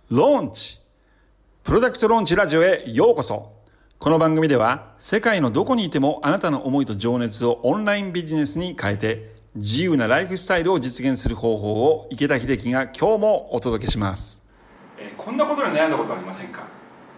ローンチプロダクトローンチラジオへようこそ。この番組では世界のどこにいてもあなたの思いと情熱をオンラインビジネスに変えて自由なライフスタイルを実現する方法を池田秀樹が今日もお届けします。 こんなことに悩んだことありませんか？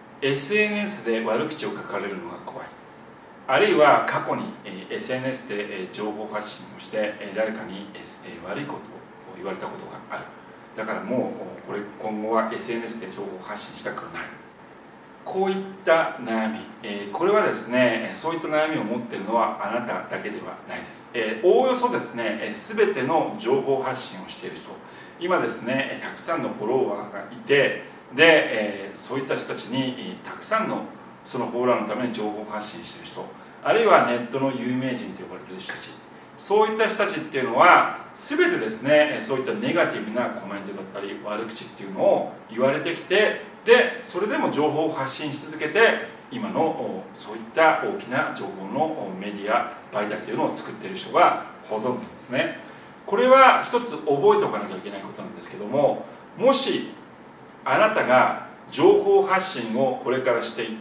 SNS で悪口を書かれるのが怖い、あるいは過去に SNS で情報発信をして誰かに悪いことを言われたことがある。だからもう今後は SNS で情報発信したくない。こういった悩み、これはですね、そういった悩みを持っているのはあなただけではないです。おおよそですね、全ての情報発信をしている人、今ですね、たくさんのフォロワーがいて、で、そういった人たちにたくさんのそのフォロワーのために情報発信している人、あるいはネットの有名人と呼ばれている人たち、そういった人たちっていうのは全てですね、そういったネガティブなコメントだったり悪口っていうのを言われてきて、でそれでも情報を発信し続けて今のそういった大きな情報のメディア媒体というのを作っている人がほとんどなんですね。これは一つ覚えておかなきゃいけないことなんですけども、もしあなたが情報発信をこれからしていって、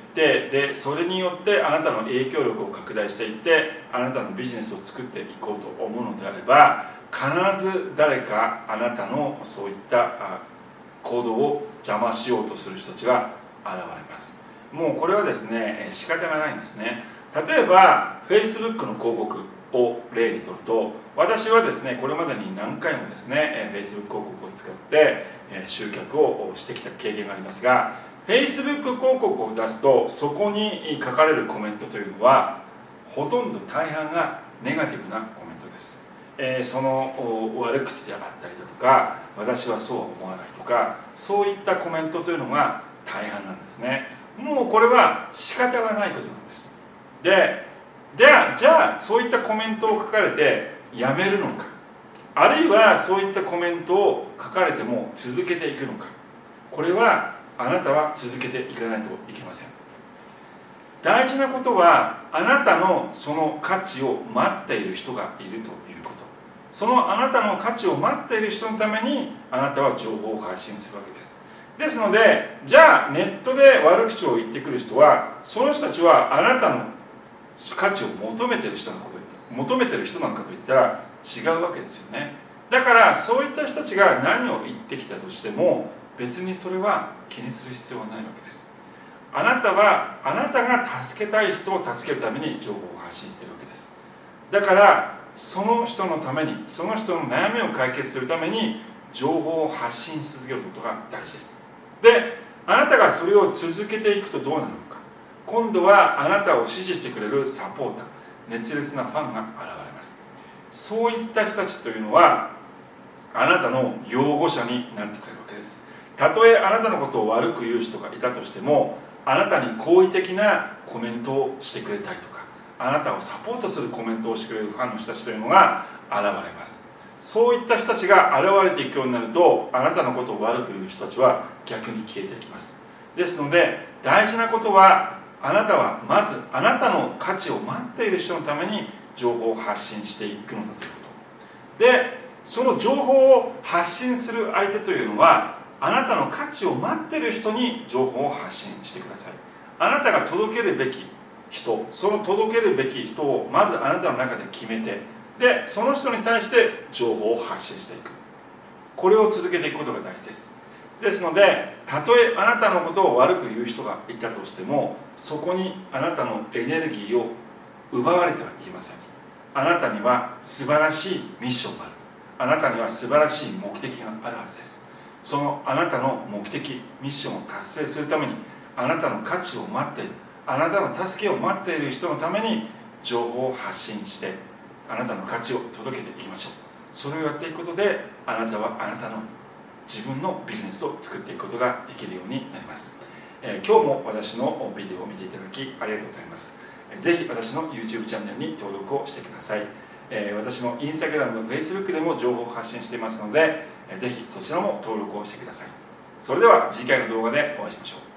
でそれによってあなたの影響力を拡大していってあなたのビジネスを作っていこうと思うのであれば、必ず誰かあなたのそういった行動を邪魔しようとする人たちが現れます。もうこれはですね、仕方がないんですね。例えば Facebook の広告を例にとると、私はですねこれまでに何回もですね Facebook 広告を使って集客をしてきた経験がありますが、 Facebook 広告を出すとそこに書かれるコメントというのはほとんど大半がネガティブなコメントです。その悪口であったりだとか、私はそうは思わないとか、そういったコメントというのが大半なんですね。もうこれは仕方がないことなんです。じゃあそういったコメントを書かれてやめるのか、あるいはそういったコメントを書かれても続けていくのか、これはあなたは続けていかないといけません。大事なことはあなたのその価値を待っている人がいるということ。そのあなたの価値を待っている人のためにあなたは情報を発信するわけです。ですので、じゃあネットで悪口を言ってくる人は、その人たちはあなたの価値を求めている人なのかといったら違うわけですよね。だからそういった人たちが何を言ってきたとしても別にそれは気にする必要はないわけです。あなたが助けたい人を助けるために情報を発信しているわけです。だからその人のために、その人の悩みを解決するために情報を発信し続けることが大事です。で、あなたがそれを続けていくとどうなるのか。今度はあなたを支持してくれるサポーター、熱烈なファンが現れます。そういった人たちというのはあなたの擁護者になってくれるわけです。たとえあなたのことを悪く言う人がいたとしても、あなたに好意的なコメントをしてくれたりとか、あなたをサポートするコメントをしてくれるファンの人たちというのが現れます。そういった人たちが現れていくようになると、あなたのことを悪く言う人たちは逆に消えていきます。ですので大事なことは、あなたはまずあなたの価値を待っている人のために情報を発信していくのだということで、その情報を発信する相手というのはあなたの価値を待っている人に情報を発信してください。あなたが届けるべき人、その届けるべき人をまずあなたの中で決めて、でその人に対して情報を発信していく、これを続けていくことが大事です。ですので、たとえあなたのことを悪く言う人がいたとしても、そこにあなたのエネルギーを奪われてはいけません。あなたには素晴らしいミッションがある。あなたには素晴らしい目的があるはずです。そのあなたの目的、ミッションを達成するために、あなたの価値を待っている、あなたの助けを待っている人のために情報を発信してあなたの価値を届けていきましょう。それをやっていくことで、あなたはあなたの自分のビジネスを作っていくことができるようになります。今日も私のビデオを見ていただきありがとうございます。ぜひ私の YouTube チャンネルに登録をしてください。私の Instagram、Facebook でも情報を発信していますので、ぜひそちらも登録をしてください。それでは次回の動画でお会いしましょう。